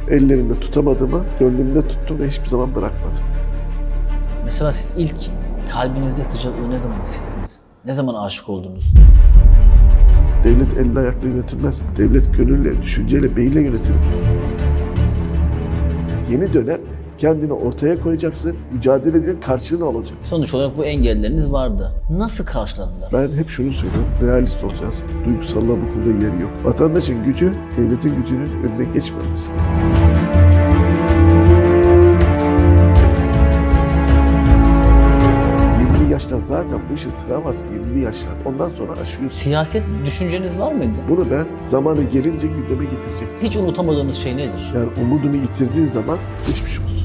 Ellerimle tutamadığımı gönlümde tuttum ve hiçbir zaman bırakmadım. Mesela siz ilk kalbinizde sıcaklığı ne zaman hissettiniz? Ne zaman aşık oldunuz? Devlet elle ayakla yönetilmez. Devlet gönülle, düşünceyle, beyinle yönetilir. Yeni dönem kendini ortaya koyacaksın, mücadele edin, karşılığını alacak. Sonuç olarak bu engelleriniz vardı. Nasıl karşıladılar? Ben hep şunu söylüyorum, realist olacağız. Duygusallığa bu konuda yeri yok. Vatandaşın gücü, devletin gücünün önüne geçmemesi gerekiyor. 20'li yaşlar zaten bu işin travması 20'li yaşlar. Ondan sonra aşıyor. Siyaset düşünceniz var mıydı? Bunu ben zamanı gelince gündeme getirecektim. Hiç unutamadığınız şey nedir? Yani umudunu yitirdiğin zaman geçmiş olsun.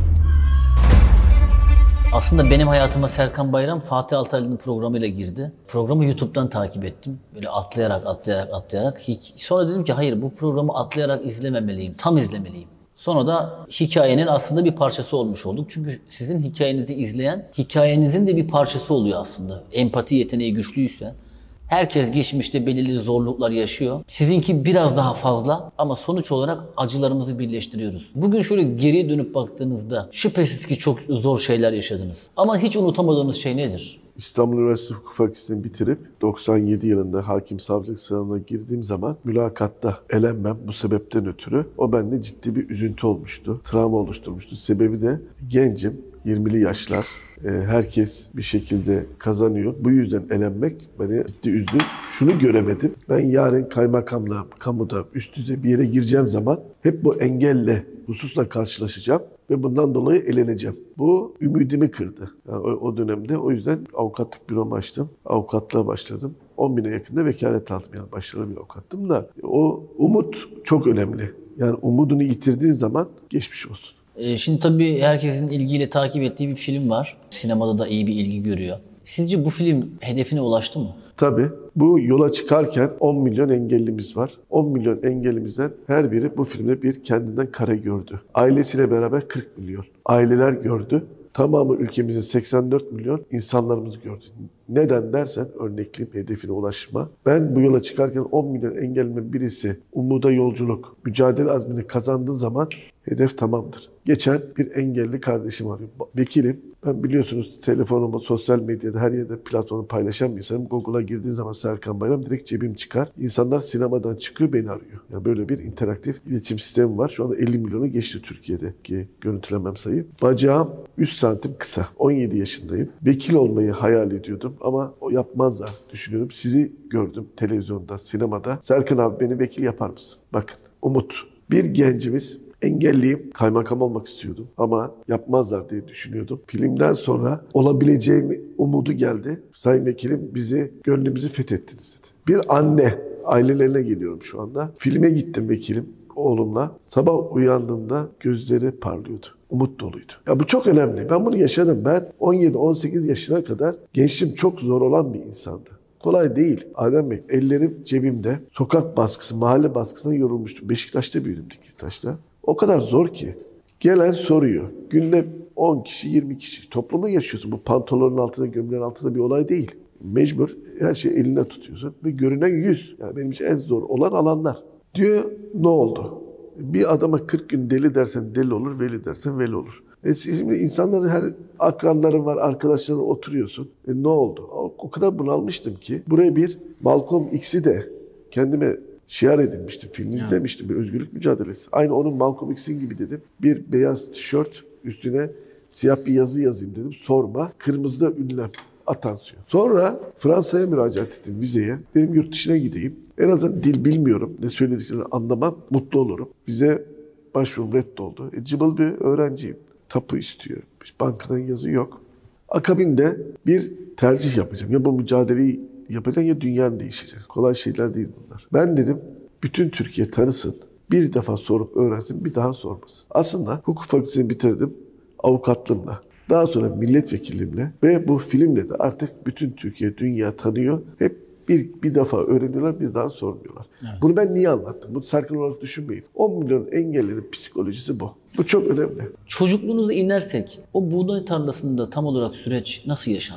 Aslında benim hayatıma Serkan Bayram, Fatih Altaylı'nın programıyla girdi. Programı YouTube'dan takip ettim. Böyle atlayarak. Sonra dedim ki hayır, bu programı atlayarak izlememeliyim, tam izlemeliyim. Sonra da hikayenin aslında bir parçası olmuş olduk. Çünkü sizin hikayenizi izleyen, hikayenizin de bir parçası oluyor aslında. Empati yeteneği güçlüyse. Herkes geçmişte belirli zorluklar yaşıyor. Sizinki biraz daha fazla ama sonuç olarak acılarımızı birleştiriyoruz. Bugün şöyle geriye dönüp baktığınızda şüphesiz ki çok zor şeyler yaşadınız. Ama hiç unutamadığınız şey nedir? İstanbul Üniversitesi Hukuk Fakültesini bitirip 97 yılında hakim savcılık sınavına girdiğim zaman mülakatta elenmem bu sebepten ötürü o bende ciddi bir üzüntü olmuştu. Travma oluşturmuştu. Sebebi de gencim, 20'li yaşlar. Herkes bir şekilde kazanıyor. Bu yüzden elenmek beni ciddi üzdü. Şunu göremedim. Ben yarın kaymakamla, kamuda üst düzey bir yere gireceğim zaman hep bu engelle, hususla karşılaşacağım ve bundan dolayı eleneceğim. Bu ümidimi kırdı. Yani o dönemde o yüzden avukatlık büromu açtım. Avukatlığa başladım. 10.000'e yakında vekalet aldım. Yani başarılı bir avukattım da o umut çok önemli. Yani umudunu yitirdiğin zaman geçmiş olsun. Şimdi tabii herkesin ilgiyle takip ettiği bir film var. Sinemada da iyi bir ilgi görüyor. Sizce bu film hedefine ulaştı mı? Tabii. Bu yola çıkarken 10 milyon engellimiz var. 10 milyon engellimizden her biri bu filmde bir kendinden kare gördü. Ailesiyle beraber 40 milyon. Aileler gördü. Tamamı ülkemizin 84 milyon insanlarımız gördü. Neden dersen örnekleyeyim hedefine ulaşma. Ben bu yola çıkarken 10 milyon engellimin birisi umuda yolculuk, mücadele azmini kazandığı zaman hedef tamamdır. Geçen bir engelli kardeşim arıyor. Vekilim, ben biliyorsunuz telefonumu sosyal medyada her yerde platformu paylaşan bir insanım. Google'a girdiğin zaman Serkan Bayram direkt cebim çıkar. İnsanlar sinemadan çıkıyor beni arıyor. Yani böyle bir interaktif iletişim sistemi var. Şu anda 50 milyonu geçti Türkiye'deki görüntülemem sayı. Bacağım 3 santim kısa. 17 yaşındayım. Vekil olmayı hayal ediyordum ama o yapmazlar düşünüyordum. Sizi gördüm televizyonda, sinemada. Serkan abi beni vekil yapar mısın? Bakın umut. Bir gencimiz engelliyim, kaymakam olmak istiyordum ama yapmazlar diye düşünüyordum. Filmden sonra olabileceğim umudu geldi. Sayın Vekilim gönlümüzü fethettiniz dedi. Bir anne, ailelerine geliyorum şu anda. Filme gittim vekilim oğlumla. Sabah uyandığımda gözleri parlıyordu. Umut doluydu. Ya bu çok önemli. Ben bunu yaşadım. Ben 17-18 yaşına kadar gençliğim çok zor olan bir insandı. Kolay değil. Adem Bey, ellerim cebimde. Sokak baskısı, mahalle baskısına yorulmuştum. Beşiktaş'ta büyüdüm, Diktaş'ta. O kadar zor ki. Gelen soruyor. Günde 10 kişi, 20 kişi. Topluma yaşıyorsun. Bu pantolonun altında, gömleğin altında bir olay değil. Mecbur her şeyi eline tutuyorsun. Ve görünen yüz. Yani benim için en zor olan alanlar. Diyor ne oldu? Bir adama 40 gün deli dersen deli olur, veli dersen veli olur. Şimdi insanların her akranları var, arkadaşlarına oturuyorsun. Ne oldu? O kadar bunalmıştım ki. Buraya bir Malcolm X'i de kendime şiar edinmiştim. Filmi izlemiştim. Bir özgürlük mücadelesi. Aynı onun Malcolm X'in gibi dedim. Bir beyaz tişört üstüne siyah bir yazı yazayım dedim. Sorma. Kırmızıda ünlem. Atansiyon. Sonra Fransa'ya müracaat ettim vizeye. Dedim yurt dışına gideyim. En azından dil bilmiyorum. Ne söylediklerini anlamam. Mutlu olurum. Vize başvurum reddoldu. Cıbıl bir öğrenciyim. Tapu istiyor. Bankadan yazı yok. Akabinde bir tercih yapacağım. Ya bu mücadeleyi yapacağım ya dünyanın değişecek. Kolay şeyler değil bunlar. Ben dedim bütün Türkiye tanısın. Bir defa sorup öğrensin, bir daha sormasın. Aslında hukuk fakültesini bitirdim avukatlığımla. Daha sonra milletvekilliğimle ve bu filmle de artık bütün Türkiye, dünya tanıyor. Hep bir defa öğreniyorlar, bir daha sormuyorlar. Evet. Bunu ben niye anlattım? Bunu Serkan olarak düşünmeyin. 10 milyon engellerin psikolojisi bu. Bu çok önemli. Çocukluğunuza inersek, o buğday tarlasında tam olarak süreç nasıl yaşandı?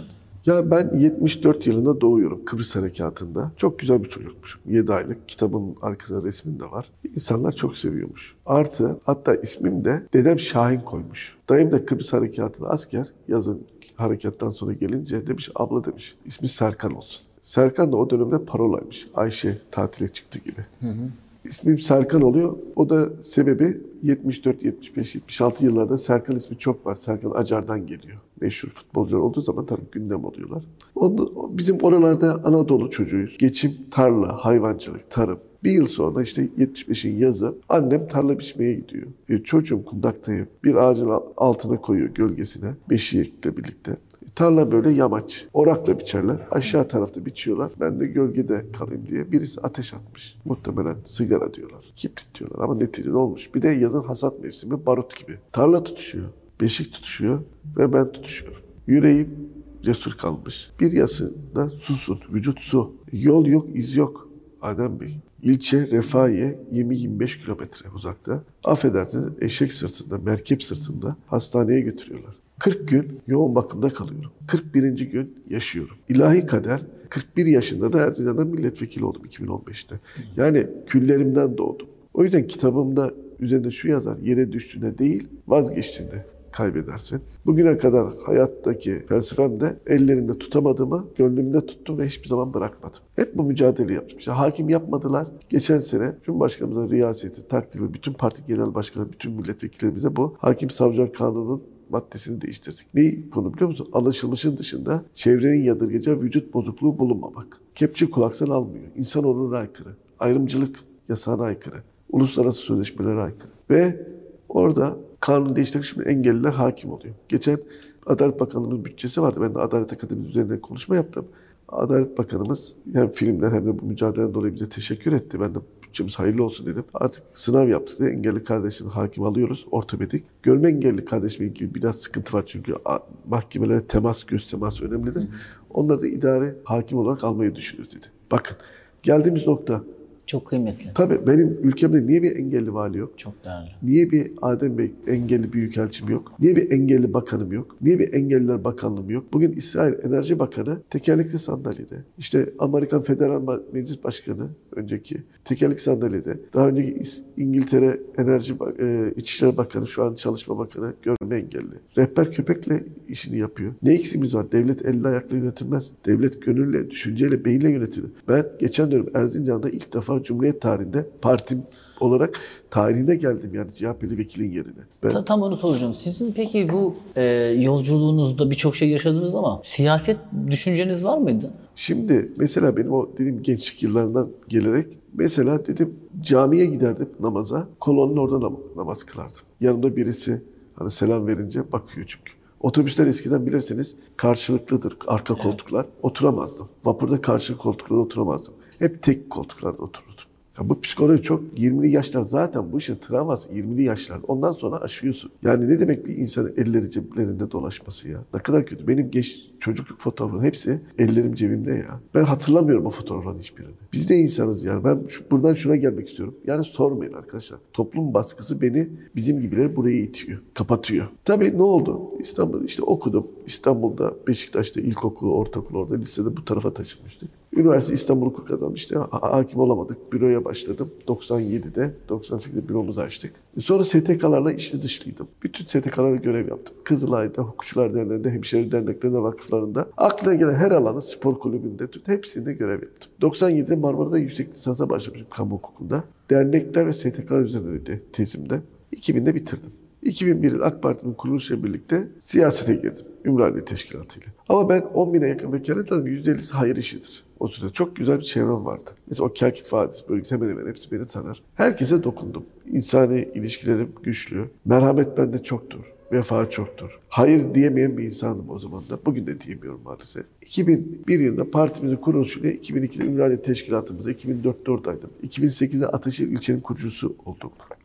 Ya ben 74 yılında doğuyorum Kıbrıs Harekatı'nda. Çok güzel bir çocukmuşum. 7 aylık. Kitabın arkasında resmin de var. İnsanlar çok seviyormuş. Artı hatta ismim de dedem Şahin koymuş. Dayım da Kıbrıs Harekatı'nda asker. Yazın harekattan sonra gelince demiş abla demiş ismi Serkan olsun. Serkan da o dönemde parolaymış. Ayşe tatile çıktı gibi. İsmim Serkan oluyor. O da sebebi 74, 75, 76 yıllarda Serkan ismi çok var. Serkan Acar'dan geliyor. Meşhur futbolcular olduğu zaman tabii gündem oluyorlar. Bizim oralarda Anadolu çocuğuyuz. Geçim, tarla, hayvancılık, tarım. Bir yıl sonra işte 75'in yazı annem tarla biçmeye gidiyor. Çocuğum kundaktayım. Bir ağacın altına koyuyor gölgesine. Beşikle birlikte. Tarla böyle yamaç. Orakla biçerler. Aşağı tarafta biçiyorlar. Ben de gölgede kalayım diye. Birisi ateş atmış. Muhtemelen sigara diyorlar. Kibrit diyorlar ama neticede olmuş. Bir de yazın hasat mevsimi barut gibi. Tarla tutuşuyor. Beşik tutuşuyor ve ben tutuşuyorum. Yüreğim cesur kalmış. Bir yasında susun. Vücut su. Yol yok, iz yok. Adem Bey. İlçe Refahiye 20-25 kilometre uzakta. Affedersiniz eşek sırtında, merkep sırtında hastaneye götürüyorlar. 40 gün yoğun bakımda kalıyorum. 41. gün yaşıyorum. İlahi kader 41 yaşında da Erzincan'da milletvekili oldum 2015'te. Yani küllerimden doğdum. O yüzden kitabımda üzerinde şu yazar, yere düştüğünde değil vazgeçtiğinde kaybedersin. Bugüne kadar hayattaki felsefem de ellerimde tutamadığımı gönlümde tuttum ve hiçbir zaman bırakmadım. Hep bu mücadele yaptım. İşte hakim yapmadılar. Geçen sene Cumhurbaşkanımızın riyaseti, takdiri, bütün parti genel başkanı, bütün milletvekillerimize bu hakim savcılar kanunun maddesini değiştirdik. Ne konu biliyor musun? Alışılmışın dışında çevrenin yadırgayacağı vücut bozukluğu bulunmamak. Kepçe kulaksan almıyor. İnsanoğluna aykırı. Ayrımcılık yasağına aykırı. Uluslararası sözleşmelere aykırı. Ve orada kanun değiştirmek için engelliler hakim oluyor. Geçen Adalet Bakanlığı'nın bütçesi vardı. Ben de Adalet Akademisi üzerinde konuşma yaptım. Adalet Bakanımız hem filmden hem de bu mücadeleden dolayı bize teşekkür etti. Ben de bütçemiz hayırlı olsun dedim. Artık sınav yaptık dedi. Engelli kardeşimi hakim alıyoruz. Ortopedik. Görme engelli kardeşimle ilgili biraz sıkıntı var. Çünkü mahkemelere temas, göz teması önemlidir. Onları da idare hakim olarak almayı düşünüyoruz dedi. Bakın geldiğimiz nokta. Çok kıymetli. Tabii benim ülkemde niye bir engelli vali yok? Çok değerli. Niye bir Adem Bey engelli büyükelçim yok? Niye bir engelli bakanım yok? Niye bir engelliler bakanlığım yok? Bugün İsrail Enerji Bakanı tekerlekli sandalyede. İşte Amerikan Federal Meclis Başkanı önceki tekerlekli sandalyede. Daha önceki İngiltere Enerji İçişleri Bakanı, şu an Çalışma Bakanı görme engelli. Rehber köpekle işini yapıyor. Ne eksiğimiz var? Devlet elle ayakla yönetilmez. Devlet gönülle, düşünceyle, beyinle yönetilir. Ben geçen dönem Erzincan'da ilk defa Cumhuriyet tarihinde partim olarak tarihine geldim yani CHP'li vekilin yerine. Tam onu soracağım. Sizin peki bu yolculuğunuzda birçok şey yaşadınız ama siyaset düşünceniz var mıydı? Şimdi mesela benim o dediğim gençlik yıllarından gelerek mesela dedim camiye giderdim namaza. Kolonun orada namaz kılardım. Yanımda birisi hani selam verince bakıyor çünkü. Otobüsler eskiden bilirsiniz karşılıklıdır arka koltuklar. Oturamazdım. Vapurda karşı koltuklarda oturamazdım. Hep tek koltuklarda otururdum. Ya bu psikoloji çok 20'li yaşlar zaten bu işin travması 20'li yaşlar. Ondan sonra aşıyorsun. Yani ne demek bir insanın elleri ceplerinde dolaşması ya? Ne kadar kötü. Benim çocukluk fotoğraflarım hepsi ellerim cebimde ya. Ben hatırlamıyorum o fotoğrafların hiçbirini. Biz de insanız yani. Ben buradan şuna gelmek istiyorum. Yani sormayın arkadaşlar. Toplum baskısı beni bizim gibileri buraya itiyor. Kapatıyor. Tabii ne oldu? İstanbul işte okudum. İstanbul'da Beşiktaş'ta ilkokulu, ortaokulu orada lisede bu tarafa taşınmıştık. Üniversite İstanbul Hukuk kazandım. İşte hakim olamadık. Büroya başladım. 97'de, 98'de büromuzu açtık. Sonra STK'larla içli dışlıydım. Bütün STK'larla görev yaptım. Kızılay'da, Hukukçular Derneği'nde, Hemşire Derneklerinde, vakıflarında. Aklına gelen her alanda, spor kulübünde, hepsinde görev yaptım. 97'de Marmara'da yüksek lisansa başlamışım kamu hukukunda. Dernekler ve STK'lar üzerinde tezimde. 2000'de bitirdim. 2001 yıl AK Parti'nin kuruluşuyla birlikte siyasete girdim. Ümraniye Teşkilatı'yla. Ama ben 10 bine yakın vekalet aldım. %50'si hayır işidir. O sırada çok güzel bir çevrem vardı. Mesela o Kelkit Vadisi bölgesi hemen hemen hepsi beni tanır. Herkese dokundum. İnsani ilişkilerim güçlü. Merhamet bende çoktur. Vefa çoktur. Hayır diyemeyen bir insandım o zaman da. Bugün de diyemiyorum maalesef. 2001 yılında partimizin kuruluşuyla 2002'de Ümraniye Teşkilatımızda 2004'te oradaydım. 2008'de Ataşehir ilçenin kurucusu olduk.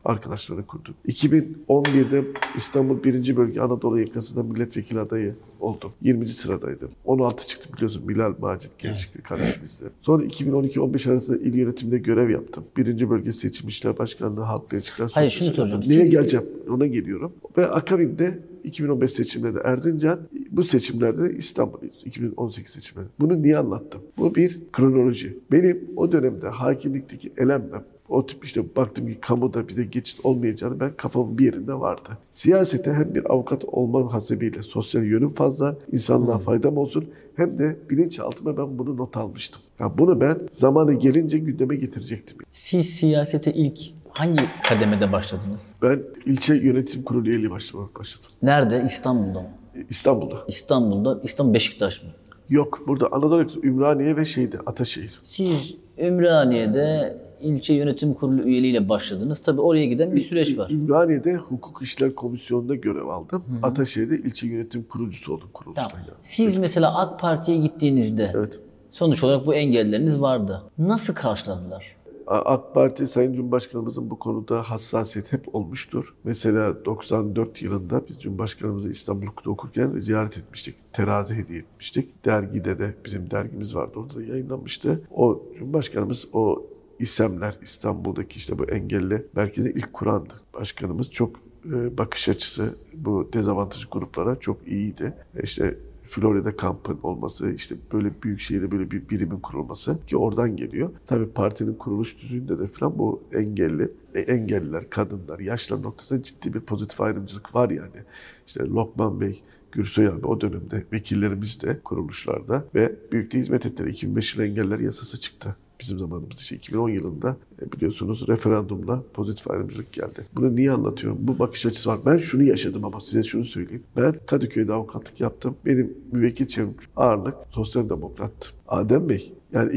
arkadaşlarla kurdum. 2011'de İstanbul 1. Bölge Anadolu yakasında milletvekili adayı oldum. 20. sıradaydım. 16 çıktı biliyorsun Bilal Macit Gençlik kardeşimizle. Sonra 2012-15 arasında il yönetiminde görev yaptım. 1. Bölge Seçim İşler Başkanlığı, Halkla İlişkiler. Hayır şunu soracağım. Neye geleceğim? Ona geliyorum. Ve akabinde 2015 seçimlerinde Erzincan, bu seçimlerde de İstanbul, 2018 seçimleri. Bunu niye anlattım? Bu bir kronoloji. Benim o dönemde hakimlikteki elenmem, o tip işte baktım ki kamuda bize geçit olmayacağını ben kafamın bir yerinde vardı. Siyasete hem bir avukat olmam hasebiyle sosyal yönüm fazla, insanlığa faydam olsun hem de bilinçaltıma ben bunu not almıştım. Ya bunu ben zamanı gelince gündeme getirecektim. Siz siyasete ilk hangi kademede başladınız? Ben ilçe yönetim kurulu üyeliği başladım. Nerede? İstanbul'da mı? İstanbul'da. İstanbul Beşiktaş mı? Yok, burada Anadolu yakası Ümraniye ve Ataşehir. Siz Ümraniye'de ilçe yönetim kurulu üyeliğiyle başladınız. Tabii oraya giden bir süreç var. Ümraniye'de Hukuk İşler Komisyonu'nda görev aldım. Ataşehir'de ilçe yönetim kurucusu oldum kuruluşta. Tamam. Siz mesela AK Parti'ye gittiğinizde sonuç olarak bu engelleriniz vardı. Nasıl karşıladılar? AK Parti Sayın Cumhurbaşkanımızın bu konuda hassasiyet hep olmuştur. Mesela 94 yılında biz Cumhurbaşkanımızı İstanbul Hukuk'ta okurken ziyaret etmiştik. Terazi hediye etmiştik. Dergide de bizim dergimiz vardı. Orada da yayınlanmıştı. O Cumhurbaşkanımız o İSEM'ler, İstanbul'daki işte bu engelli merkezi ilk kurandı. Başkanımız çok bakış açısı bu dezavantajlı gruplara çok iyiydi. İşte Florida kampın olması, işte böyle büyük şehirde böyle bir birimin kurulması ki oradan geliyor. Tabii partinin kuruluş düzüğünde de falan bu engelliler, kadınlar, yaşlılar noktasında ciddi bir pozitif ayrımcılık var yani. İşte Lokman Bey, Gürsoy abi o dönemde vekillerimiz de kuruluşlarda ve büyük de hizmet ettiler. 2005 yılı engeller yasası çıktı. Bizim zamanımızda 2010 yılında biliyorsunuz referandumla pozitif ayrımcılık geldi. Bunu niye anlatıyorum? Bu bakış açısı var. Ben şunu yaşadım ama size şunu söyleyeyim. Ben Kadıköy'de avukatlık yaptım. Benim müvekkil çevrem ağırlık sosyal demokrattı. Adem Bey, yani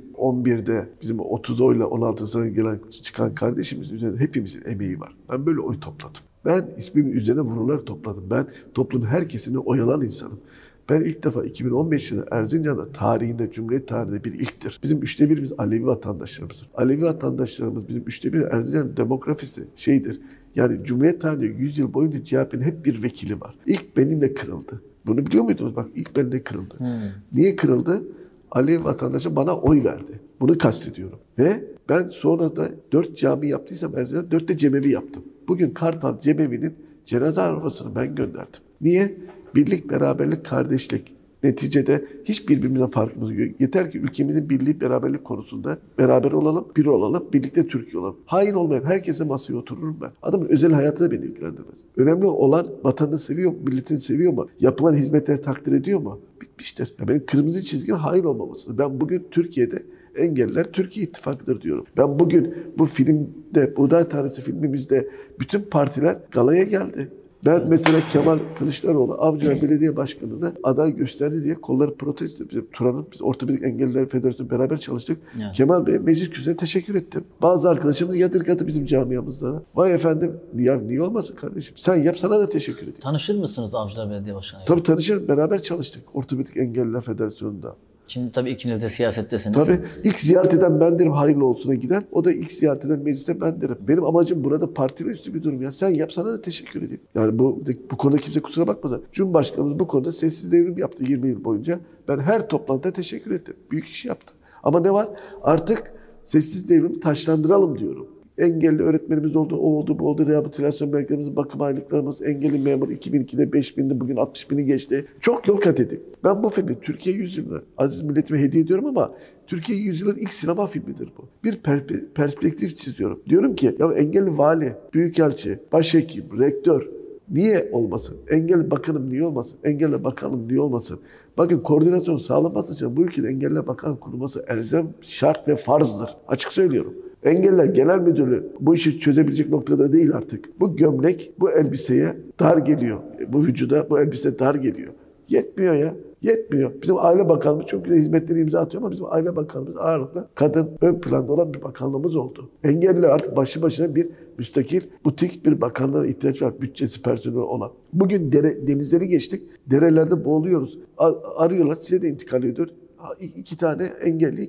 2011'de bizim 30 oyla 16 sıraya gelen çıkan kardeşimizin üzerinde hepimizin emeği var. Ben böyle oy topladım. Ben ismimin üzerine vurular topladım. Ben toplumun her kesimini oyalan insanım. Ben ilk defa 2015 yılında Erzincan'da tarihinde, Cumhuriyet tarihinde bir ilktir. Bizim 1/3'imiz Alevi vatandaşlarımızdır. Alevi vatandaşlarımız bizim 1/3 Erzincan demografisi şeydir. Yani Cumhuriyet tarihinde 100 yıl boyunca CHP'nin hep bir vekili var. İlk benimle kırıldı. Bunu biliyor muydunuz? Bak ilk benimle kırıldı. Niye kırıldı? Alevi vatandaşı bana oy verdi. Bunu kastediyorum. Ve ben sonra da 4 cami yaptıysam Erzincan'da 4 de cemevi yaptım. Bugün Kartal Cemevi'nin cenaze arabasını ben gönderdim. Niye? Birlik, beraberlik, kardeşlik. Neticede hiç birbirimizden farkımız yok. Yeter ki ülkemizin birliği, beraberlik konusunda beraber olalım, bir olalım, birlikte Türkiye olalım. Hain olmayan herkese masaya otururum ben. Adamın özel hayatı da beni ilgilendirmez. Önemli olan vatanını seviyor mu, milletini seviyor mu, yapılan hizmetleri takdir ediyor mu? Bitmiştir. Ya benim kırmızı çizgim hain olmamasıdır. Ben bugün Türkiye'de engelliler Türkiye İttifakı'dır diyorum. Ben bugün bu filmde, Buğday Tanrısı filmimizde bütün partiler galaya geldi. Ben mesela Kemal Kılıçdaroğlu Avcılar Belediye Başkanı'na aday gösterdi diye kolları protesto bizim Turan'ın, biz Ortopedik Engelliler Federasyonu beraber çalıştık. Yani. Kemal Bey meclis kürsüsüne teşekkür ettim. Bazı arkadaşımız yadırgadı bizim camiamızda da. Vay efendim ya niye olmasın kardeşim? Sen yap sana da teşekkür edeyim. Tanışır mısınız Avcılar Belediye Başkanı? Tabii tanışırım. Beraber çalıştık Ortopedik Engelliler Federasyonu'nda. Şimdi tabii ikiniz de siyasettesiniz. Tabii ilk ziyaret eden ben derim hayırlı olsuna giden. O da ilk ziyaret eden mecliste ben derim. Benim amacım burada partiyle üstü bir durum ya. Sen yap sana da teşekkür edeyim. Yani bu konuda kimse kusura bakmasın. Cumhurbaşkanımız bu konuda sessiz devrim yaptı 20 yıl boyunca. Ben her toplantıda teşekkür ettim. Büyük iş yaptı. Ama ne var? Artık sessiz devrimi taşlandıralım diyorum. Engelli öğretmenimiz oldu, o oldu, bu oldu, rehabilitasyon merkezlerimiz, bakım aylıklarımız, engelli memur 2002'de 5.000'di, bugün 60.000'i geçti. Çok yol kat edip. Ben bu filmi Türkiye Yüzyılı'na, aziz milletime hediye ediyorum ama Türkiye Yüzyılı'nın ilk sinema filmidir bu. Bir perspektif çiziyorum. Diyorum ki ya engelli vali, büyükelçi, başhekim, rektör niye olmasın? Engelli bakanım niye olmasın? Engelli bakanım niye olmasın? Bakın koordinasyon sağlanması için bu ülkede engelli bakan kurulması elzem, şart ve farzdır. Açık söylüyorum. Engelliler Genel Müdürlüğü bu işi çözebilecek noktada değil artık. Bu gömlek bu elbiseye dar geliyor. Bu vücuda bu elbise dar geliyor. Yetmiyor ya. Yetmiyor. Bizim Aile Bakanlığımız çok güzel hizmetleri imza atıyor ama bizim Aile Bakanlığımız ağırlıkla kadın ön planda olan bir bakanlığımız oldu. Engelliler artık başlı başına bir müstakil, butik bir bakanlığa ihtiyaç var. Bütçesi, personeli olan. Bugün denizleri geçtik. Derelerde boğuluyoruz. Arıyorlar. Size de intikal ediyor. 2 tane engelli, 2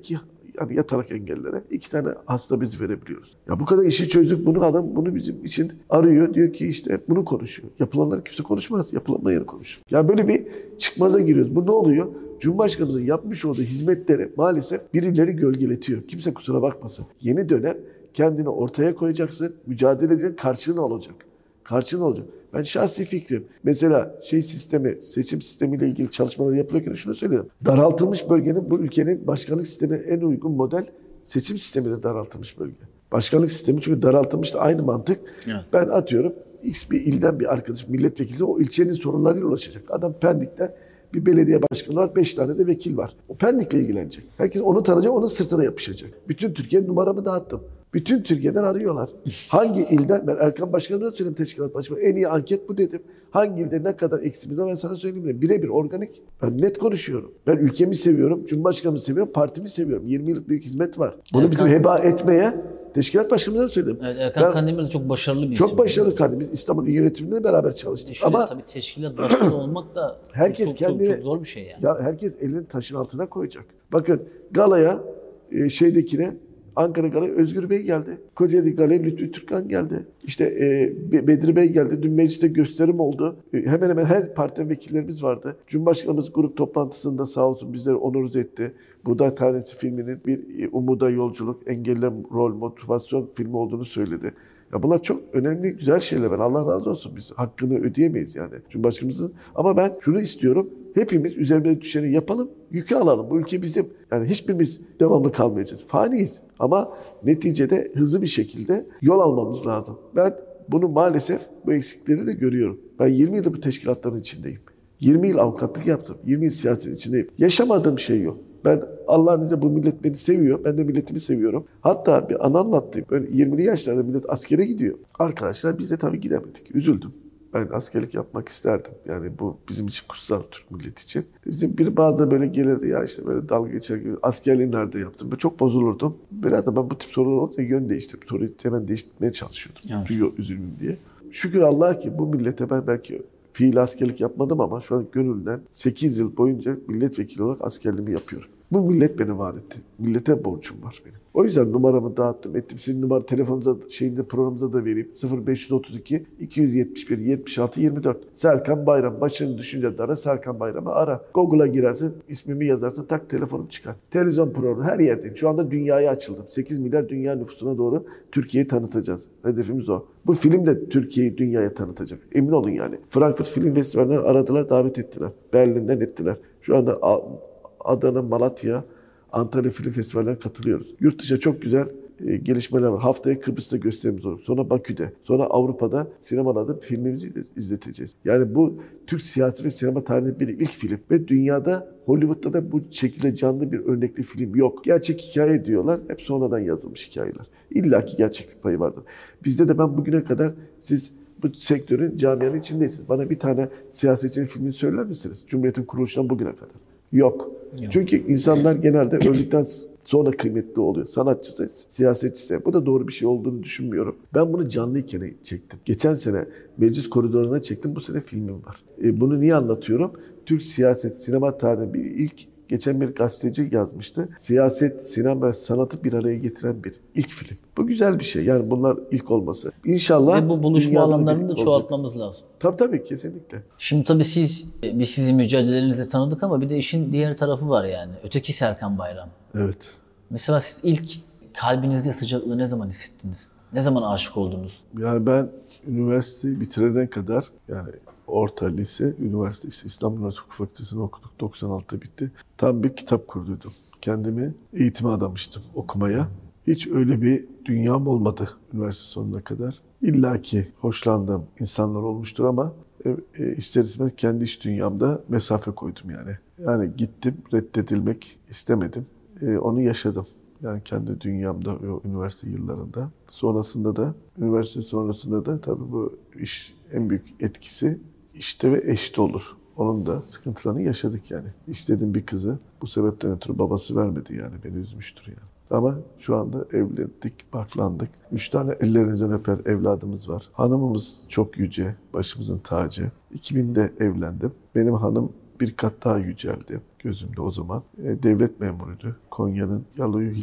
yani yatarak engellilere 2 tane hasta bezi verebiliyoruz. Ya bu kadar işi çözdük. Bunu bizim için arıyor. Diyor ki işte bunu konuşuyor. Yapılanları kimse konuşmaz. Yapılanmayanı konuşur. Ya böyle bir çıkmaza giriyoruz. Bu ne oluyor? Cumhurbaşkanımızın yapmış olduğu hizmetleri maalesef birileri gölgeletiyor. Kimse kusura bakmasın. Yeni dönem kendini ortaya koyacaksın. Mücadele edin, karşılığın olacak. Karşılığın olacak. Ben şahsi fikrim. Mesela seçim sistemiyle ilgili çalışmalar yapılırken şunu söyledim. Daraltılmış bölgenin bu ülkenin başkanlık sistemine en uygun model seçim sistemidir daraltılmış bölge. Başkanlık sistemi çünkü daraltılmış da aynı mantık. Evet. Ben atıyorum X bir ilden bir arkadaş milletvekili o ilçenin sorunlarıyla ulaşacak. Adam Pendik'ten bir belediye başkanı var, 5 tane de vekil var. O Pendik'le ilgilenecek. Herkes onu tanıyacak, onun sırtına yapışacak. Bütün Türkiye numaramı dağıttım. Bütün Türkiye'den arıyorlar. Hangi ilden, ben Erkan Başkanı'na da söyleyeyim teşkilat başkanı, en iyi anket bu dedim. Hangi ilde ne kadar eksimiz var ben sana söyleyeyim. Birebir organik. Ben net konuşuyorum. Ben ülkemi seviyorum, Cumhurbaşkanımı seviyorum, partimi seviyorum. 20 yıllık büyük hizmet var. Bunu bizim heba etmeye teşkilat başkanımıza söyledim. Evet, Erkan Kandemir de çok başarılı bir isim. Çok başarılı Kandemir. Biz İstanbul yönetiminde beraber çalıştık. Şöyle, ama tabii teşkilat başkanı olmak da herkes çok zor bir şey yani. Ya herkes elini taşın altına koyacak. Bakın galaya Ankara Galaya Özgür Bey geldi. Kocaeli Galaya Lütfü Türkkan geldi. İşte Bedri Bey geldi. Dün mecliste gösterim oldu. Hemen hemen her partiden vekillerimiz vardı. Cumhurbaşkanımız grup toplantısında sağ olsun bizleri onur etti. Buğday Tanesi filminin bir umuda yolculuk, engelli rol, motivasyon filmi olduğunu söyledi. Ya bunlar çok önemli, güzel şeyler. Allah razı olsun, biz hakkını ödeyemeyiz yani Cumhurbaşkanımızın. Ama ben şunu istiyorum. Hepimiz üzerimize düşeni yapalım, yükü alalım. Bu ülke bizim. Yani hiçbirimiz devamlı kalmayacağız. Faniyiz. Ama neticede hızlı bir şekilde yol almamız lazım. Ben bunu maalesef bu eksikleri de görüyorum. Ben 20 yıldır bu teşkilatların içindeyim. 20 yıl avukatlık yaptım. 20 yıl siyasetin içindeyim. Yaşamadığım şey yok. Ben Allah'ın izniyle bu millet beni seviyor. Ben de milletimi seviyorum. Hatta bir anı anlattım. Böyle 20'li yaşlarda millet askere gidiyor. Arkadaşlar biz de tabii gidemedik. Üzüldüm. Ben askerlik yapmak isterdim. Yani bu bizim için kutsal, Türk milleti için. Bizim bazı böyle gelirdi ya işte böyle dalga geçer gibi askerliği nerede yaptım? Ben çok bozulurdum. Biraz da ben bu tip sorular olunca yön değiştirdim. Soruyu hemen değiştirmeye çalışıyordum. Evet. Duyuyor üzülmeyeyim diye. Şükür Allah'a ki bu millete ben belki fiil askerlik yapmadım ama şu an gönülden 8 yıl boyunca milletvekili olarak askerliğimi yapıyorum. Bu millet beni var etti. Millete borcum var benim. O yüzden numaramı dağıttım, ettim. Sizin numara telefonunuzda, programımıza da vereyim. 0532 271 76 24. Serkan Bayram. Başını düşünce de ara, Serkan Bayram'ı ara. Google'a girersin, ismimi yazarsın, tak telefonum çıkar. Televizyon programı her yerdeyim. Şu anda dünyaya açıldım. 8 milyar dünya nüfusuna doğru Türkiye'yi tanıtacağız. Hedefimiz o. Bu film de Türkiye'yi dünyaya tanıtacak. Emin olun yani. Frankfurt Film Festivali'nden aradılar, davet ettiler. Berlin'den ettiler. Şu anda Adana, Malatya, Antalya Film Festivali'ne katılıyoruz. Yurt dışı çok güzel gelişmeler var. Haftaya Kıbrıs'ta gösterimiz olur. Sonra Bakü'de. Sonra Avrupa'da sinemalarda filmimizi izleteceğiz. Yani bu Türk siyasi ve sinema tarihinde bir ilk film. Ve dünyada Hollywood'da da bu şekilde canlı bir örnekli film yok. Gerçek hikaye diyorlar. Hep sonradan yazılmış hikayeler. İlla ki gerçeklik payı vardır. Bizde de ben bugüne kadar siz bu sektörün, camianın içindeysiniz. Bana bir tane siyasetçinin filmini söyler misiniz? Cumhuriyet'in kuruluşundan bugüne kadar. Yok. Çünkü insanlar genelde öldükten sonra kıymetli oluyor. Sanatçısı, siyasetçisi. Bu da doğru bir şey olduğunu düşünmüyorum. Ben bunu canlıyken çektim. Geçen sene meclis koridoruna çektim. Bu sene filmim var. Bunu niye anlatıyorum? Türk siyaset, sinema tarihinde bir ilk, geçen bir gazeteci yazmıştı. Siyaset, sinema ve sanatı bir araya getiren bir ilk film. Bu güzel bir şey. Yani bunlar ilk olması. İnşallah. Ve bu buluşma alanlarını da çoğaltmamız lazım. Tabii kesinlikle. Şimdi tabii biz sizin mücadelelerinizi tanıdık ama bir de işin diğer tarafı var yani. Öteki Serkan Bayram. Evet. Mesela siz ilk kalbinizde sıcaklığı ne zaman hissettiniz? Ne zaman aşık oldunuz? Yani ben üniversiteyi bitirene kadar yani orta, lise, üniversite işte İstanbul Üniversitesi Hukuk Fakültesi'ni okuduk. 96'da bitti. Tam bir kitap kurduydum. Kendimi eğitime adamıştım okumaya. Hiç öyle bir dünyam olmadı üniversite sonuna kadar. İlla ki hoşlandığım insanlar olmuştur ama ister istemez kendi iş dünyamda mesafe koydum yani. Yani gittim, reddedilmek istemedim. Onu yaşadım. Yani kendi dünyamda o üniversite yıllarında. Üniversite sonrasında da tabii bu iş en büyük etkisi işte ve eşte olur. Onun da sıkıntılarını yaşadık yani. İstediğim bir kızı bu sebepten ötürü babası vermedi yani. Beni üzmüştür yani. Ama şu anda evlendik, baklandık. 3 tane ellerinizden öper evladımız var. Hanımımız çok yüce, başımızın tacı. 2000'de evlendim. Benim hanım bir kat daha yüceldi gözümde o zaman. Devlet memuruydu. Konya'nın Yalıoyu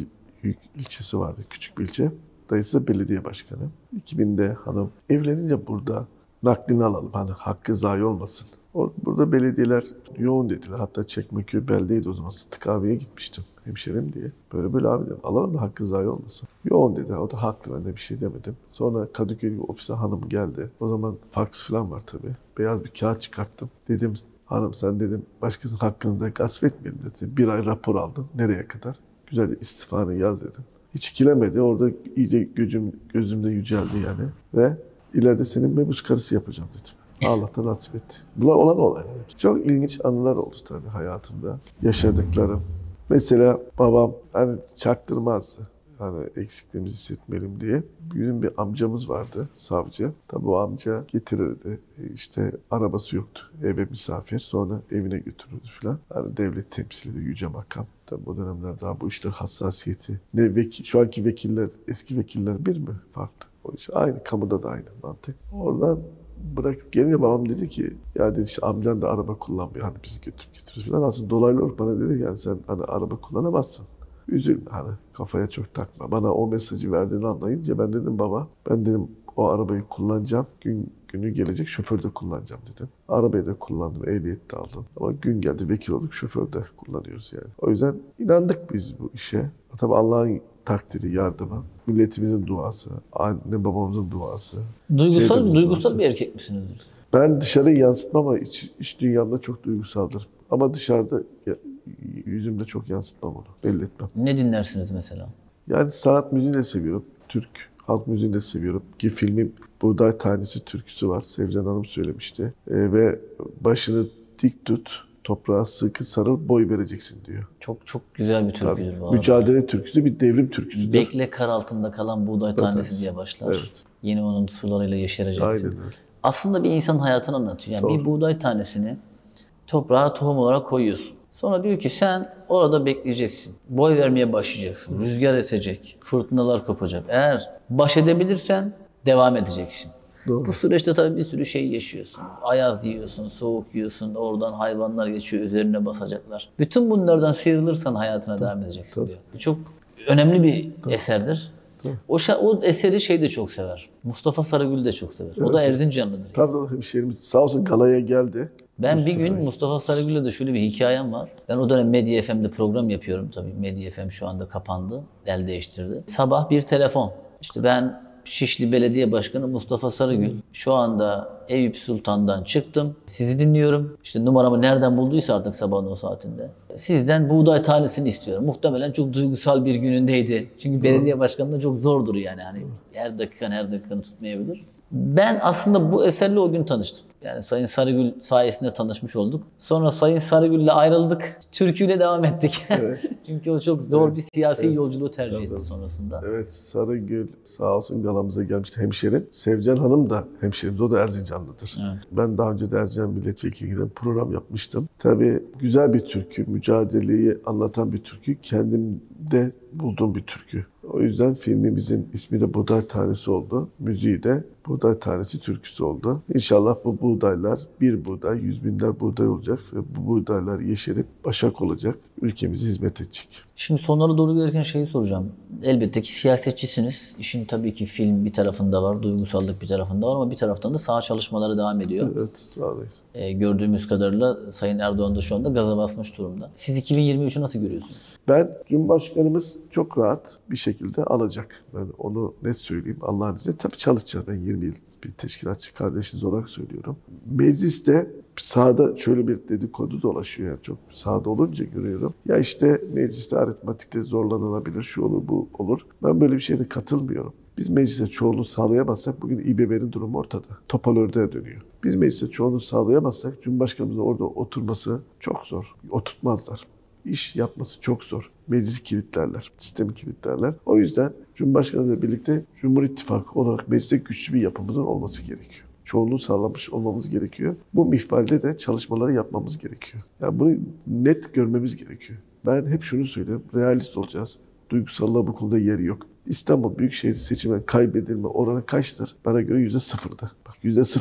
ilçesi vardı, küçük bir ilçe. Dayısı da belediye başkanı. 2000'de hanım evlenince burada naklini alalım, hani hakkı zayi olmasın. Burada belediyeler yoğun dediler. Hatta Çekmeköy beldeydi o zaman. Sıtık abiye gitmiştim hemşerim diye. Böyle abi dedim, alalım da hakkı zayi olmasın. Yoğun dedi. O da haklı, ben de bir şey demedim. Sonra Kadıköy ofise hanım geldi. O zaman faks falan var tabii. Beyaz bir kağıt çıkarttım. Dedim hanım sen dedim başkasının hakkını da gasp etmeyelim dedi. 1 ay rapor aldın. Nereye kadar? Güzel istifanı yaz dedim. Hiç ikilemedi. Orada iyice gözümde yüceldi yani. Ve ileride senin mebus karısı yapacağım dedim. Allah'tan nasip etti. Bunlar olan olaylar. Çok ilginç anılar oldu tabii hayatımda. Yaşadıklarım. Mesela babam hani çaktırmazdı. Hani eksikliğimizi hissetmeyelim diye. Bizim bir amcamız vardı, savcı. Tabii o amca getirirdi. İşte arabası yoktu. Eve misafir. Sonra evine götürürdü falan. Hani devlet temsiliydi, yüce makam. Tabii o dönemler daha bu işler hassasiyeti. Şu anki vekiller, eski vekiller bir mi? Farklı. O iş aynı. Kamuda da aynı mantık. Oradan bırakıp gelince babam dedi ki ya dedi işte amcan da araba kullanmıyor. Hani bizi götürür falan. Aslında dolaylı olarak bana dedi yani sen hani araba kullanamazsın. Üzülme hani kafaya çok takma. Bana o mesajı verdiğini anlayınca ben dedim baba ben dedim o arabayı kullanacağım. Günü gelecek şoför de kullanacağım dedim. Arabayı da kullandım, ehliyet de aldım. Ama gün geldi vekil olduk, şoför de kullanıyoruz yani. O yüzden inandık biz bu işe. Tabii Allah'ın takdiri, yardımı, milletimizin duası, anne babamızın duası. Duygusal bir erkek misinizdir? Ben dışarıyı yansıtmam ama iç dünyamda çok duygusaldır. Ama dışarıda yüzümde çok yansıtmam onu, belli etmem. Ne dinlersiniz mesela? Yani sanat müziğini de seviyorum. Türk halk müziğini de seviyorum. Ki filmin Buğday Tanesi türküsü var. Sevcan Hanım söylemişti. Ve başını dik tut, toprağa sıkı sarıl, boy vereceksin diyor. Çok çok güzel bir türküdür bu arada. Mücadele türküsü, bir devrim türküsüdür. Bekle kar altında kalan buğday tanesi diye başlar. Evet. Yine onun sularıyla yeşereceksin. Aynen öyle. Aslında bir insan hayatını anlatıyor. Yani Doğru. bir buğday tanesini toprağa tohum olarak koyuyorsun. Sonra diyor ki sen orada bekleyeceksin. Boy vermeye başlayacaksın. Rüzgar esecek. Fırtınalar kopacak. Eğer baş edebilirsen devam edeceksin. Doğru. Bu süreçte tabii bir sürü şey yaşıyorsun. Ayaz yiyorsun, soğuk yiyorsun. Oradan hayvanlar geçiyor, üzerine basacaklar. Bütün bunlardan sıyrılırsan hayatına devam edeceksin diyor. Çok önemli bir eserdir. O eseri şey de çok sever. Mustafa Sarıgül de çok sever. O da Erzincanlıdır. Tabii o hemşehrimiz sağ olsun galaya geldi. Ben bir gün Mustafa Sarıgül'le de şöyle bir hikayem var. Ben o dönem Medya FM'de program yapıyorum tabii. Medya FM şu anda kapandı, el değiştirdi. Sabah bir telefon. İşte ben Şişli Belediye Başkanı Mustafa Sarıgül. Şu anda Eyüp Sultan'dan çıktım. Sizi dinliyorum. İşte numaramı nereden bulduysa artık sabahın o saatinde. Sizden buğday tanesini istiyorum. Muhtemelen çok duygusal bir günündeydi. Çünkü belediye başkanlığı çok zordur yani. Hani her dakikanı tutmayabilir. Ben aslında bu eserle o gün tanıştım. Yani Sayın Sarıgül sayesinde tanışmış olduk. Sonra Sayın Sarıgül'le ayrıldık. Türküyle devam ettik. Evet. Çünkü o çok zor bir siyasi yolculuğu tercih etti sonrasında. Evet, Sarıgül sağ olsun galamıza gelmişti hemşerim. Sevcan Hanım da hemşerimiz, o da Erzincanlıdır. Evet. Ben daha önce de Erzincan Milletvekili'nden program yapmıştım. Tabii güzel bir türkü, mücadeleyi anlatan bir türkü. Kendimde bulduğum bir türkü. O yüzden filmimizin ismi de Buğday Tanesi oldu. Müziği de Buğday Tanesi türküsü oldu. İnşallah bu buğdaylar, bir buğday, 100 binler buğday olacak ve bu buğdaylar yeşerip başak olacak, ülkemize hizmet edecek. Şimdi sonlara doğru gelirken şeyi soracağım. Elbette ki siyasetçisiniz. İşin tabii ki film bir tarafında var, duygusallık bir tarafında var ama bir taraftan da saha çalışmaları devam ediyor. Evet, sahadayız. Gördüğümüz kadarıyla Sayın Erdoğan da şu anda gaza basmış durumda. Siz 2023'ü nasıl görüyorsunuz? Ben, Cumhurbaşkanımız çok rahat bir şekilde alacak. Ben onu net söyleyeyim. Allah'ın izniyle. Tabii çalışacağız. Ben 20 yıl bir teşkilatçı kardeşiniz olarak söylüyorum. Mecliste sahada şöyle bir dedikodu dolaşıyor. Yani çok sahada olunca görüyorum. Ya işte mecliste aritmatikte zorlanılabilir, şu olur, bu olur. Ben böyle bir şeye de katılmıyorum. Biz meclise çoğunluğu sağlayamazsak bugün İBB'nin durumu ortada. Topal ördeğe dönüyor. Biz meclise çoğunluğu sağlayamazsak Cumhurbaşkanımızın orada oturması çok zor. Oturtmazlar. İş yapması çok zor. Meclisi kilitlerler, sistemi kilitlerler. O yüzden Cumhurbaşkanıyla birlikte Cumhur İttifakı olarak mecliste güçlü bir yapımızın olması gerekiyor. Çoğunluğu sağlamış olmamız gerekiyor. Bu mihvalde de çalışmaları yapmamız gerekiyor. Yani bunu net görmemiz gerekiyor. Ben hep şunu söylüyorum, realist olacağız. Duygusallığa bu konuda yeri yok. İstanbul Büyükşehir seçiminin kaybedilme oranı kaçtır? Bana göre %0'dı. Bak %0.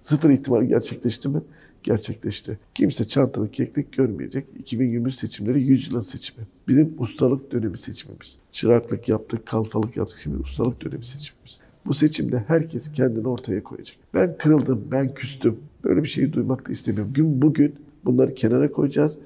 Sıfır ihtimal gerçekleşti mi? Gerçekleşti. Kimse çantalı keklik görmeyecek. 2023 seçimleri 100 yılın seçimi. Bizim ustalık dönemi seçimimiz. Çıraklık yaptık, kalfalık yaptık. Şimdi ustalık dönemi seçimimiz. Bu seçimde herkes kendini ortaya koyacak. Ben kırıldım, ben küstüm. Böyle bir şeyi duymak da istemiyorum. Bugün bunları kenara koyacağız.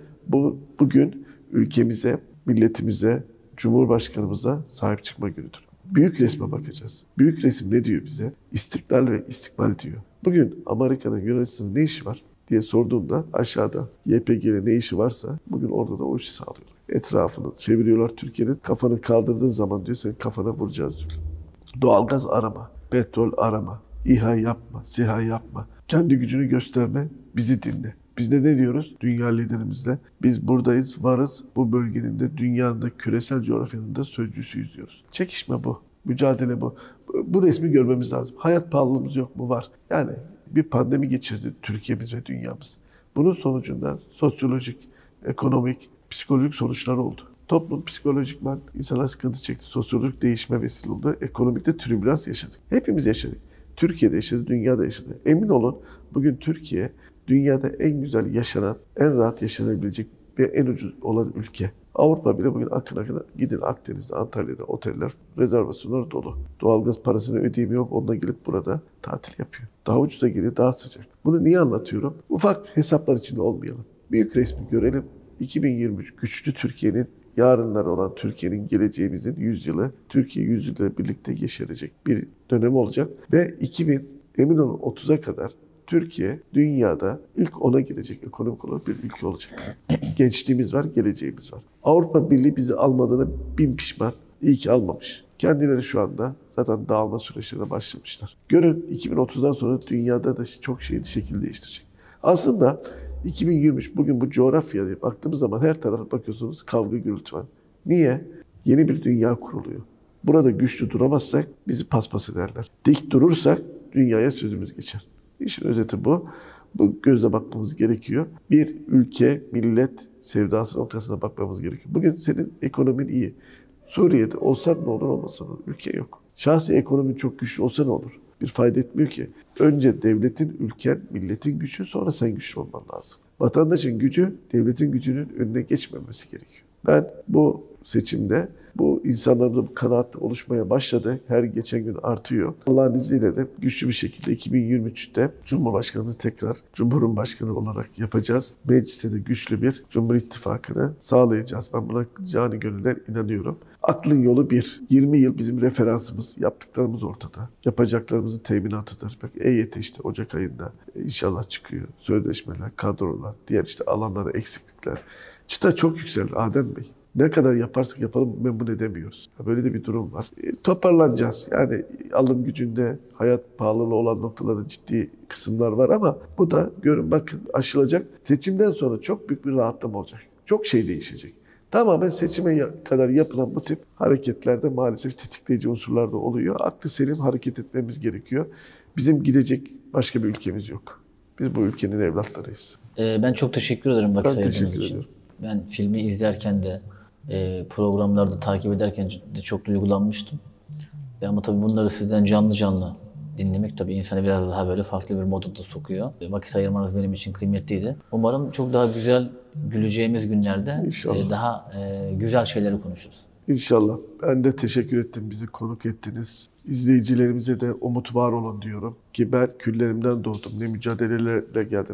Bugün ülkemize, milletimize, Cumhurbaşkanımıza sahip çıkma günüdür. Büyük resme bakacağız. Büyük resim ne diyor bize? İstiklal ve istikbal diyor. Bugün Amerika'nın Yunanistan'ın ne işi var diye sorduğumda aşağıda YPG'nin ne işi varsa bugün orada da o işi sağlıyorlar. Etrafını çeviriyorlar Türkiye'nin. Kafanı kaldırdığın zaman diyor senin kafana vuracağız diyor. Doğalgaz arama, petrol arama, İHA yapma, SİHA yapma. Kendi gücünü gösterme, bizi dinle. Biz de ne diyoruz? Dünya liderimizle. Biz buradayız, varız. Bu bölgenin de dünyanın da küresel coğrafyanın da sözcüsüyüz diyoruz. Çekişme bu. Mücadele bu. Bu resmi görmemiz lazım. Hayat pahalılığımız yok mu? Var. Yani bir pandemi geçirdi Türkiye'miz ve dünyamız. Bunun sonucunda sosyolojik, ekonomik, psikolojik sonuçlar oldu. Toplum psikolojikman insana sıkıntı çekti. Sosyolojik değişime vesile oldu. Ekonomikte türbülans yaşadık. Hepimiz yaşadık. Türkiye'de yaşadı, dünyada yaşadı. Emin olun bugün Türkiye dünyada en güzel yaşanan, en rahat yaşanabilecek ve en ucuz olan ülke. Avrupa bile bugün akın gidin Akdeniz'de, Antalya'da oteller, rezervasyonlar dolu. Doğalgaz parasını ödeyemiyor, onunla gelip burada tatil yapıyor. Daha ucuza geliyor, daha sıcak. Bunu niye anlatıyorum? Ufak hesaplar içinde olmayalım. Büyük resmi görelim. 2023 güçlü Türkiye'nin, yarınlar olan Türkiye'nin, geleceğimizin 100 yılı, Türkiye 100 yılıyla birlikte yeşerecek bir dönem olacak. Ve emin olun 30'a kadar Türkiye dünyada ilk 10'a girecek ekonomik olarak bir ülke olacak. Gençliğimiz var, geleceğimiz var. Avrupa Birliği bizi almadığına bin pişman. İyi ki almamış. Kendileri şu anda zaten dağılma süreçlerine başlamışlar. Görün 2030'dan sonra dünyada da çok şekil değiştirecek. Aslında 2023 bugün bu coğrafyaya baktığımız zaman her tarafa bakıyorsunuz kavga gürültü var. Niye? Yeni bir dünya kuruluyor. Burada güçlü duramazsak bizi paspas ederler. Dik durursak dünyaya sözümüz geçer. İşin özeti bu. Bu gözle bakmamız gerekiyor. Bir ülke, millet sevdası noktasına bakmamız gerekiyor. Bugün senin ekonomin iyi. Suriye'de olsan ne olur olmasa ne olur. Ülke yok. Şahsi ekonomin çok güçlü olsa ne olur? Bir fayda etmiyor ki. Önce devletin, ülken, milletin gücü sonra sen güçlü olman lazım. Vatandaşın gücü devletin gücünün önüne geçmemesi gerekiyor. Ben bu seçimde bu insanlarımızda bu kanaat oluşmaya başladı. Her geçen gün artıyor. Allah'ın izniyle de güçlü bir şekilde 2023'te Cumhurbaşkanımızı tekrar Cumhurbaşkanı olarak yapacağız. Mecliste de güçlü bir Cumhur İttifakı'nı sağlayacağız. Ben buna canı gönülden inanıyorum. Aklın yolu bir. 20 yıl bizim referansımız, yaptıklarımız ortada. Yapacaklarımızın teminatıdır. Bak EYT işte Ocak ayında inşallah çıkıyor. Sözleşmeler, kadrolar, diğer işte alanlara eksiklikler. Çıta çok yükseldi Adem Bey. Ne kadar yaparsak yapalım memnun edemiyoruz. Böyle de bir durum var. Toparlanacağız. Yani alım gücünde, hayat pahalılığı olan noktalarda ciddi kısımlar var ama bu da görün bakın aşılacak. Seçimden sonra çok büyük bir rahatlama olacak. Çok şey değişecek. Tamamen seçime kadar yapılan bu tip hareketlerde maalesef tetikleyici unsurlar da oluyor. Aklı selim hareket etmemiz gerekiyor. Bizim gidecek başka bir ülkemiz yok. Biz bu ülkenin evlatlarıyız. Ben çok teşekkür ederim vakit Ben ayırdığınız teşekkür için. ederim. Ben filmi izlerken de programlarda takip ederken de çok duygulanmıştım. Ama tabii bunları sizden canlı canlı dinlemek tabii insanı biraz daha böyle farklı bir moda da sokuyor. Vakit ayırmanız benim için kıymetliydi. Umarım çok daha güzel güleceğimiz günlerde İnşallah. daha güzel şeyleri konuşuruz. İnşallah. Ben de teşekkür ettim bizi konuk ettiniz. İzleyicilerimize de umut var olun diyorum. Ki ben küllerimden doğdum. Ne mücadelelerle geldim.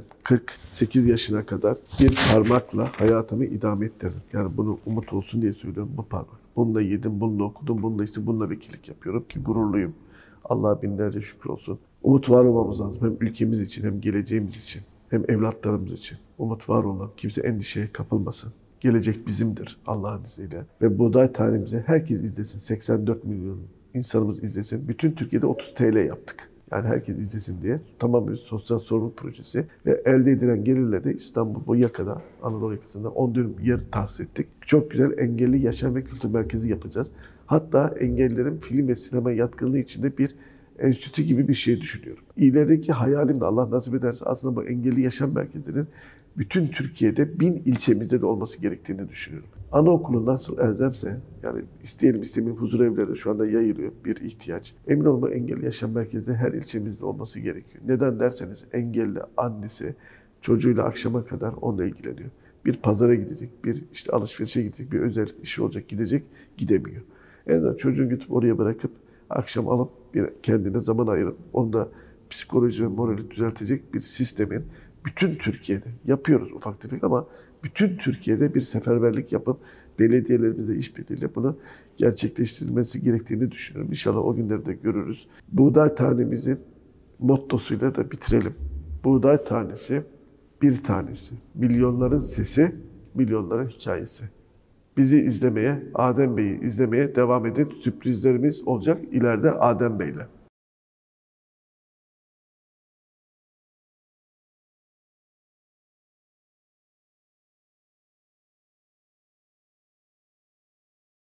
48 yaşına kadar bir parmakla hayatımı idame ettirdim. Yani bunu umut olsun diye söylüyorum bu parmak. Bununla yedim, bununla okudum, bununla vekillik yapıyorum ki gururluyum. Allah'a binlerce şükür olsun. Umut var olmamız lazım. Hem ülkemiz için hem geleceğimiz için hem evlatlarımız için. Umut var olun. Kimse endişeye kapılmasın. Gelecek bizimdir Allah'ın izniyle. Ve buğday tanemizi herkes izlesin. 84 milyon insanımız izlesin. Bütün Türkiye'de 30 TL yaptık. Yani herkes izlesin diye. Tamam bir sosyal sorumluluk projesi. Ve elde edilen gelirle de İstanbul bu yakada, Anadolu yakasında 10 dönüm yer tahsis ettik. Çok güzel engelli yaşam ve kültür merkezi yapacağız. Hatta engellilerin film ve sinema yatkınlığı içinde bir enstitü gibi bir şey düşünüyorum. İlerideki hayalim de Allah nasip ederse aslında bu engelli yaşam merkezinin bütün Türkiye'de 1000 ilçemizde de olması gerektiğini düşünüyorum. Anaokulu nasıl elzemse, yani isteyelim istemeyelim huzur evleri şu anda yayılıyor bir ihtiyaç. Emin olma engelli yaşam merkezinde her ilçemizde olması gerekiyor. Neden derseniz engelli annesi çocuğuyla akşama kadar onunla ilgileniyor. Bir pazara gidecek, bir işte alışverişe gidecek, bir özel işi olacak gidecek, gidemiyor. En azından çocuğunu götürüp oraya bırakıp akşam alıp bir kendine zaman ayırıp onda psikoloji ve morali düzeltecek bir sistemin bütün Türkiye'de yapıyoruz ufak tefek ama bütün Türkiye'de bir seferberlik yapıp belediyelerimizle işbirliğiyle bunu gerçekleştirilmesi gerektiğini düşünüyorum. İnşallah o günleri de görürüz. Buğday tanemizin mottosuyla da bitirelim. Buğday tanesi bir tanesi. Milyonların sesi, milyonların hikayesi. Bizi izlemeye, Adem Bey'i izlemeye devam edin. Sürprizlerimiz olacak ileride Adem Bey'le.